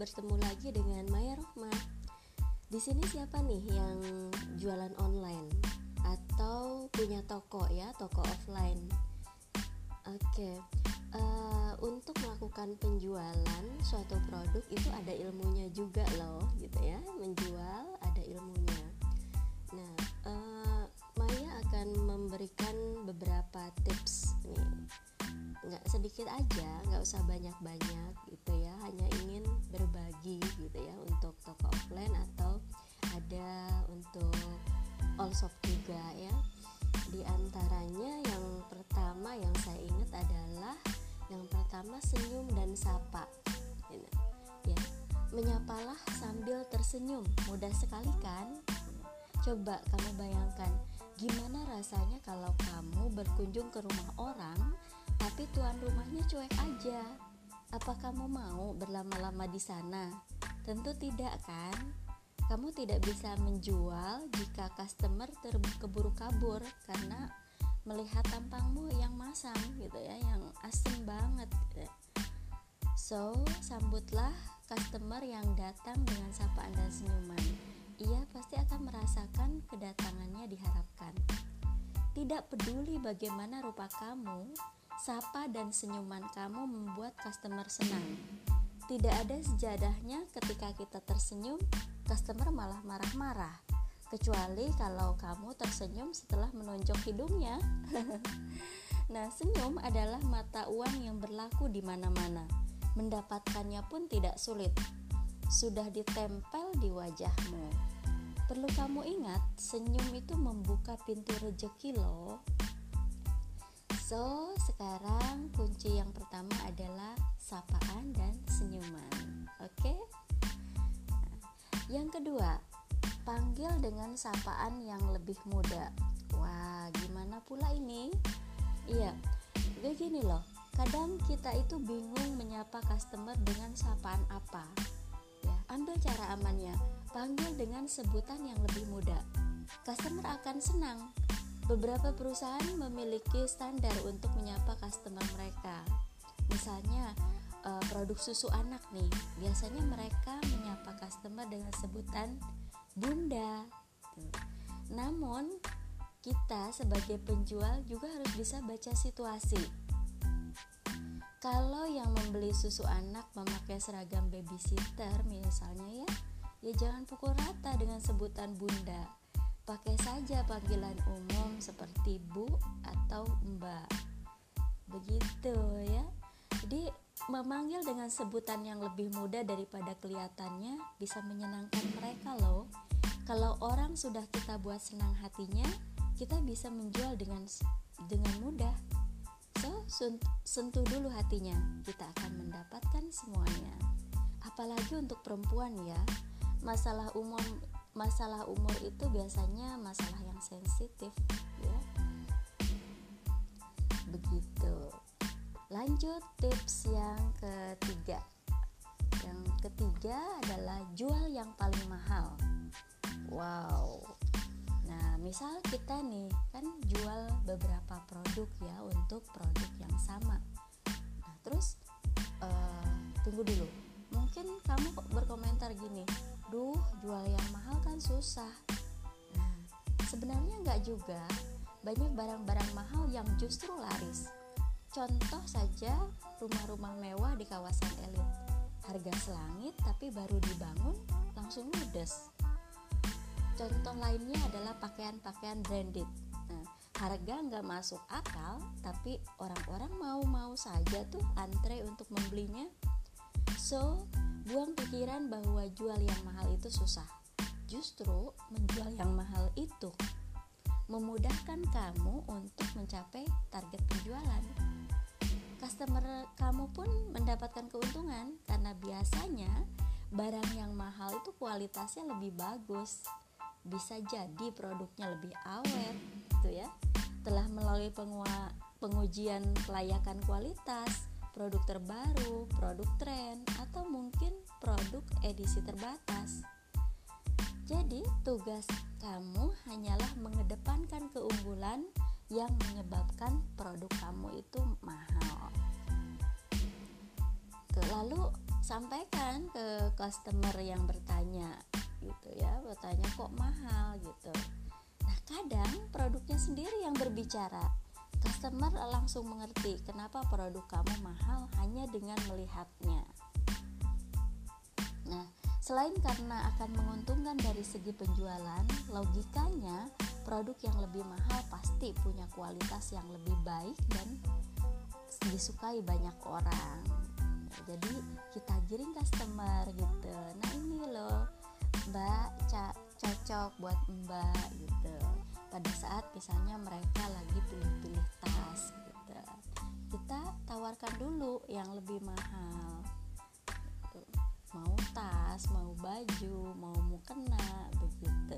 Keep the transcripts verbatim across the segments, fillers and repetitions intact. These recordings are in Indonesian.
bertemu lagi dengan Maya Rohma. Di sini siapa nih yang jualan online atau punya toko ya, toko offline? Oke, uh, untuk melakukan penjualan suatu produk itu ada ilmunya juga loh, gitu ya. Menjual ada ilmunya. Nah, uh, Maya akan memberikan beberapa tips nih. Nggak sedikit aja, nggak usah banyak-banyak gitu ya, hanya ingin berbagi gitu ya, untuk toko offline atau ada untuk all shop juga ya. Di antaranya yang pertama yang saya ingat adalah yang pertama senyum dan sapa ya. Menyapalah sambil tersenyum, mudah sekali kan? Coba kamu bayangkan, gimana rasanya kalau kamu berkunjung ke rumah orang tapi tuan rumahnya cuek aja. Apa kamu mau berlama-lama di sana? Tentu tidak kan? Kamu tidak bisa menjual jika customer terkeburu kabur karena melihat tampangmu yang masam gitu ya, yang asem banget gitu. So, sambutlah customer yang datang dengan sapaan dan senyuman. Ia pasti akan merasakan kedatangannya diharapkan. Tidak peduli bagaimana rupa kamu, sapa dan senyuman kamu membuat customer senang. Tidak ada sejadahnya ketika kita tersenyum, customer malah marah-marah. Kecuali kalau kamu tersenyum setelah menonjok hidungnya. Nah, senyum adalah mata uang yang berlaku di mana-mana. Mendapatkannya pun tidak sulit. Sudah ditempel di wajahmu. Perlu kamu ingat, senyum itu membuka pintu rezeki loh. So, sekarang kunci yang pertama adalah sapaan dan senyuman. Oke? Nah, yang kedua, panggil dengan sapaan yang lebih muda. Wah, gimana pula ini? Iya, begini loh. Kadang kita itu bingung menyapa customer dengan sapaan apa. Ya, ambil cara amannya. Panggil dengan sebutan yang lebih muda. Customer akan senang. Beberapa perusahaan memiliki standar untuk menyapa customer mereka. Misalnya uh, produk susu anak nih, biasanya mereka menyapa customer dengan sebutan bunda. Namun kita sebagai penjual juga harus bisa baca situasi. Kalau yang membeli susu anak memakai seragam babysitter misalnya ya, ya jangan pukul rata dengan sebutan bunda. Pakai saja panggilan umum seperti Bu atau Mbak. Begitu ya. Jadi memanggil dengan sebutan yang lebih muda daripada kelihatannya bisa menyenangkan mereka loh. Kalau orang sudah kita buat senang hatinya, kita bisa menjual dengan dengan mudah. So, sentuh dulu hatinya, kita akan mendapatkan semuanya. Apalagi untuk perempuan ya. Masalah umum Masalah umur itu biasanya masalah yang sensitif ya. Begitu. Lanjut tips yang ketiga. Yang ketiga adalah jual yang paling mahal. Wow. Nah, misal kita nih kan jual beberapa produk ya untuk produk yang sama. Nah, terus uh, tunggu dulu. Mungkin kamu berkomentar gini, duh jual yang mahal kan susah. Nah, sebenarnya enggak juga. Banyak barang-barang mahal yang justru laris. Contoh saja rumah-rumah mewah di kawasan elit. Harga selangit tapi baru dibangun langsung ludes. Contoh lainnya adalah pakaian-pakaian branded. Nah, harga enggak masuk akal tapi orang-orang mau-mau saja tuh antre untuk membelinya. So, buang pikiran bahwa jual yang mahal itu susah. Justru menjual yang mahal itu memudahkan kamu untuk mencapai target penjualan. Customer kamu pun mendapatkan keuntungan karena biasanya barang yang mahal itu kualitasnya lebih bagus. Bisa jadi produknya lebih awet, gitu ya. Telah melalui pengua, pengujian kelayakan kualitas, produk terbaru, produk tren, atau mungkin produk edisi terbatas. Jadi tugas kamu hanyalah mengedepankan keunggulan yang menyebabkan produk kamu itu mahal. Lalu sampaikan ke customer yang bertanya gitu ya, bertanya kok mahal gitu. Nah, kadang produknya sendiri yang berbicara. Customer langsung mengerti kenapa produk kamu mahal hanya dengan melihatnya. Nah, selain karena akan menguntungkan dari segi penjualan, logikanya produk yang lebih mahal pasti punya kualitas yang lebih baik dan disukai banyak orang. Nah, jadi kita giring customer gitu. Nah, ini loh Mbak, ca- cocok buat Mbak gitu. Pada saat misalnya mereka lagi pilih-pilih tas gitu, kita tawarkan dulu yang lebih mahal gitu. Mau tas, mau baju, mau mukena begitu.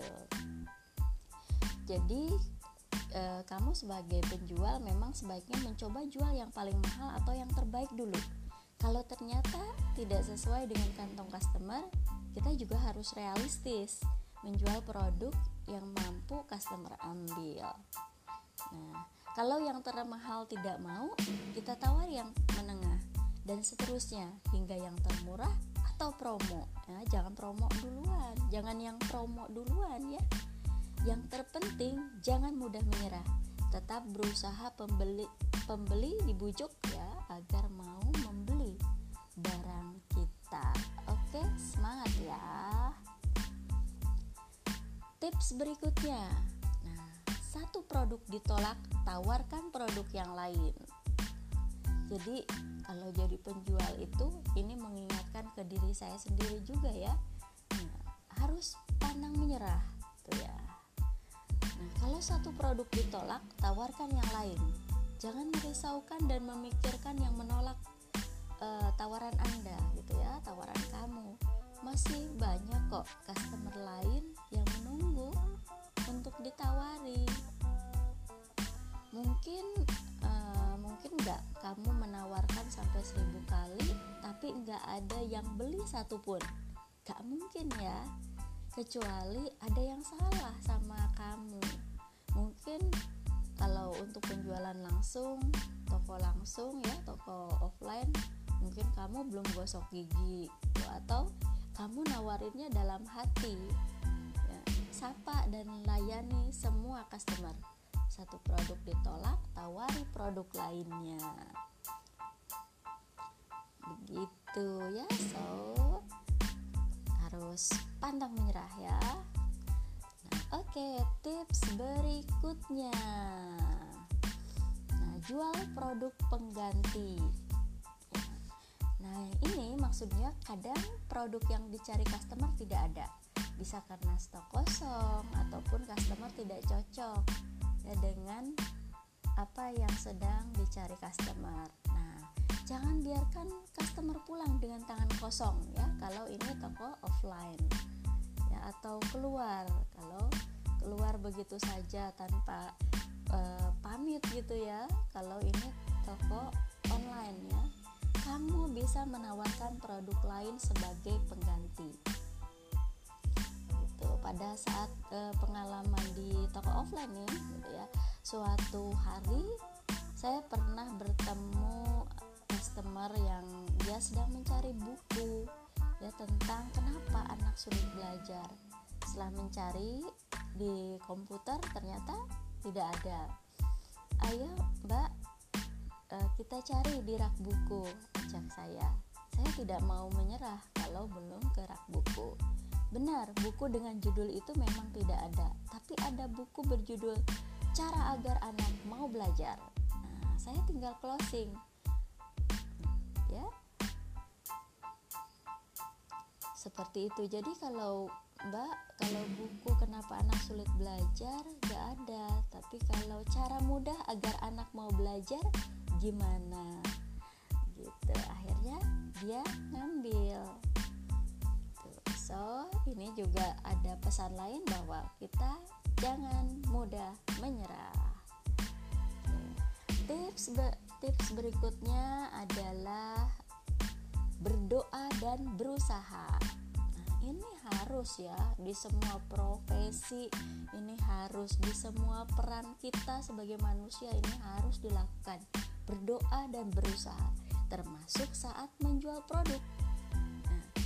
Jadi e, kamu sebagai penjual memang sebaiknya mencoba jual yang paling mahal atau yang terbaik dulu. Kalau ternyata tidak sesuai dengan kantong customer, kita juga harus realistis menjual produk yang mampu customer ambil. Nah, kalau yang termahal tidak mau, kita tawar yang menengah dan seterusnya hingga yang termurah atau promo. Ya, jangan promo duluan, jangan yang promo duluan ya. Yang terpenting jangan mudah menyerah. Tetap berusaha pembeli pembeli dibujuk ya agar mau membeli barang kita. Oke, semangat ya. Tips berikutnya, nah, satu produk ditolak, tawarkan produk yang lain. Jadi kalau jadi penjual itu, ini mengingatkan ke diri saya sendiri juga ya. Nah, harus pantang menyerah, tuh ya. Nah, kalau satu produk ditolak, tawarkan yang lain. Jangan merisaukan dan memikirkan yang menolak uh, tawaran Anda, gitu ya, tawaran kamu. Masih banyak kok customer lain yang menunggu untuk ditawari. Mungkin uh, mungkin nggak kamu menawarkan sampai seribu kali, tapi nggak ada yang beli satupun. Nggak mungkin ya, kecuali ada yang salah sama kamu. Mungkin kalau untuk penjualan langsung, toko langsung ya, toko offline, mungkin kamu belum gosok gigi atau kamu nawarinnya dalam hati ya, sapa dan layani semua customer. Satu produk ditolak, tawari produk lainnya. Begitu ya, so harus pantang menyerah ya. Nah, oke, okay, tips berikutnya. Nah, jual produk pengganti. Nah, ini maksudnya kadang produk yang dicari customer tidak ada. Bisa karena stok kosong ataupun customer tidak cocok ya dengan apa yang sedang dicari customer. Nah, jangan biarkan customer pulang dengan tangan kosong ya kalau ini toko offline. Ya, atau keluar kalau keluar begitu saja tanpa uh, pamit gitu ya. Kalau ini toko online ya, kamu bisa menawarkan produk lain sebagai pengganti. Gitu. Pada saat e, pengalaman di toko offline nih, gitu ya. Suatu hari saya pernah bertemu customer yang dia sedang mencari buku ya tentang kenapa anak sulit belajar. Setelah mencari di komputer ternyata tidak ada. Ayo, Mbak, kita cari di rak buku, ajak saya. Saya tidak mau menyerah kalau belum ke rak buku. Benar, buku dengan judul itu memang tidak ada, tapi ada buku berjudul Cara Agar Anak Mau Belajar. Nah, saya tinggal closing. Ya. Seperti itu. Jadi kalau Mbak, kalau buku kenapa anak sulit belajar gak ada, tapi kalau cara mudah agar anak mau belajar gimana gitu, akhirnya dia ngambil tuh. So ini juga ada pesan lain bahwa kita jangan mudah menyerah. Oke. Tips be- tips berikutnya adalah berdoa dan berusaha. Nah, ini harus ya di semua profesi, ini harus di semua peran kita sebagai manusia, ini harus dilakukan. Berdoa dan berusaha, termasuk saat menjual produk.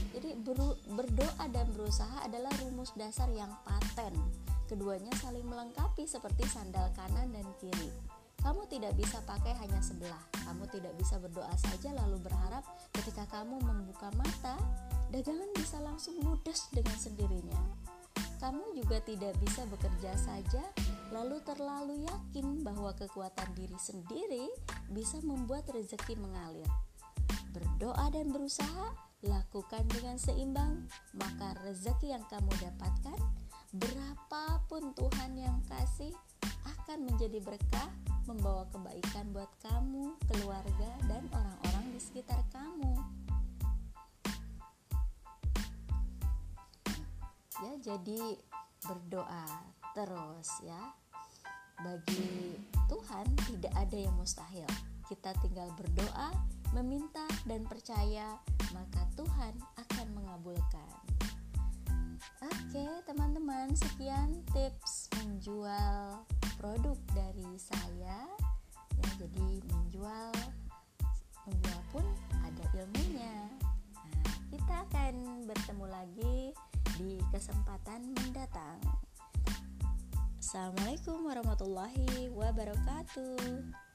Jadi beru- berdoa dan berusaha adalah rumus dasar yang paten. Keduanya saling melengkapi seperti sandal kanan dan kiri. Kamu tidak bisa pakai hanya sebelah. Kamu tidak bisa berdoa saja lalu berharap ketika kamu membuka mata, dagangan bisa langsung ludes dengan sendirinya. Kamu juga tidak bisa bekerja saja lalu terlalu yakin bahwa kekuatan diri sendiri bisa membuat rezeki mengalir. Berdoa dan berusaha, lakukan dengan seimbang, maka rezeki yang kamu dapatkan, berapapun Tuhan yang kasih, akan menjadi berkah, membawa kebaikan buat kamu, keluarga, dan orang-orang di sekitar kamu. Ya, jadi berdoa terus ya. Bagi Tuhan tidak ada yang mustahil. Kita tinggal berdoa, meminta dan percaya, maka Tuhan akan mengabulkan. Oke, teman-teman, sekian tips menjual produk dari saya. Ya, jadi menjual menjual pun ada ilmunya. Nah, kita akan bertemu lagi di kesempatan mendatang. Assalamualaikum warahmatullahi wabarakatuh.